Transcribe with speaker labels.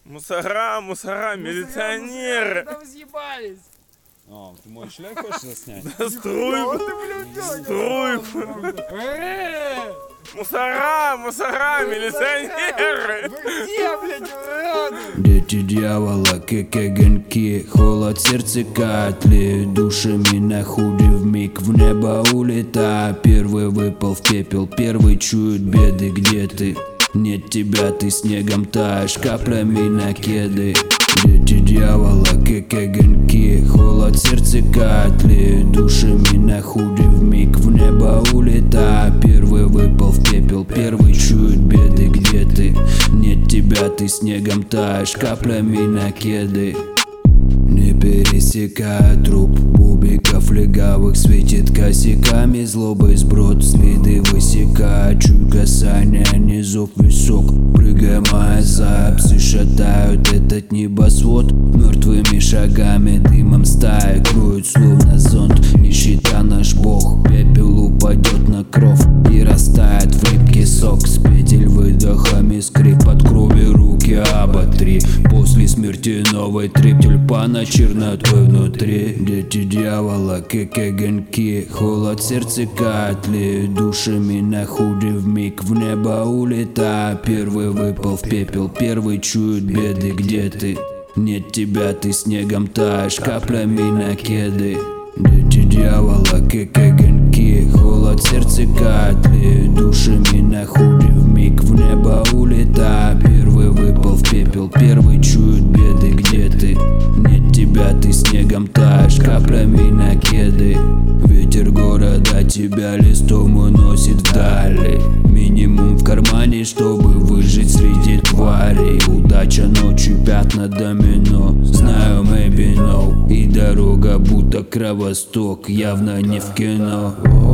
Speaker 1: Мусора, милиционеры.
Speaker 2: Там съебались.
Speaker 3: А, ты мой член хочешь заснять?
Speaker 1: Струйку. Мусора, милиционеры.
Speaker 2: Где, блядь, уроды?
Speaker 4: Дети дьявола, как огоньки, холод в сердце катли, душами на худи вмиг в небо улета. Первый выпал в пепел, первый чует беды, где ты? Нет тебя, ты снегом таешь, каплями на кеды. Дети дьявола, как огоньки, холод в сердце катли, душами на худи вмиг в небо улета. Первый выпал в пепел, первый чует беды, где ты? Нет тебя, ты снегом таешь, каплями на кеды. Не пересекая труп бубиков легавых, светит косяками злобой сброд, следы высекая, чуй касания низов висок. Прыгая моя за псы шатают этот небосвод, мертвыми шагами дымом стаи кроют словно зонт. Нищета наш бог, пепел упадет на кров и растает в рыбке сок. С петель выдохами скрип от крови, руки оботри. После смерти новый трип, тюльпана чернотой внутри. Дети дьявола, как огоньки, холод в сердце катли, душами на худи вмиг в небо улета. Первый выпал в пепел, первый чует беды, где ты? Нет тебя, ты снегом таешь, каплями на кеды. Дети дьявола, как огоньки, холод в сердце катли, душами на худи вмиг в небо улета. Первый выпал в пепел, первый чует беды, где ты? Нет тебя, ты снегом таешь, каплями на кеды. Ветер города тебя листом уносит вдали, минимум в кармане, чтобы выжить среди тварей. Удача ночью, пятна домино, знаю, maybe no. И дорога будто кровосток, явно не в кино.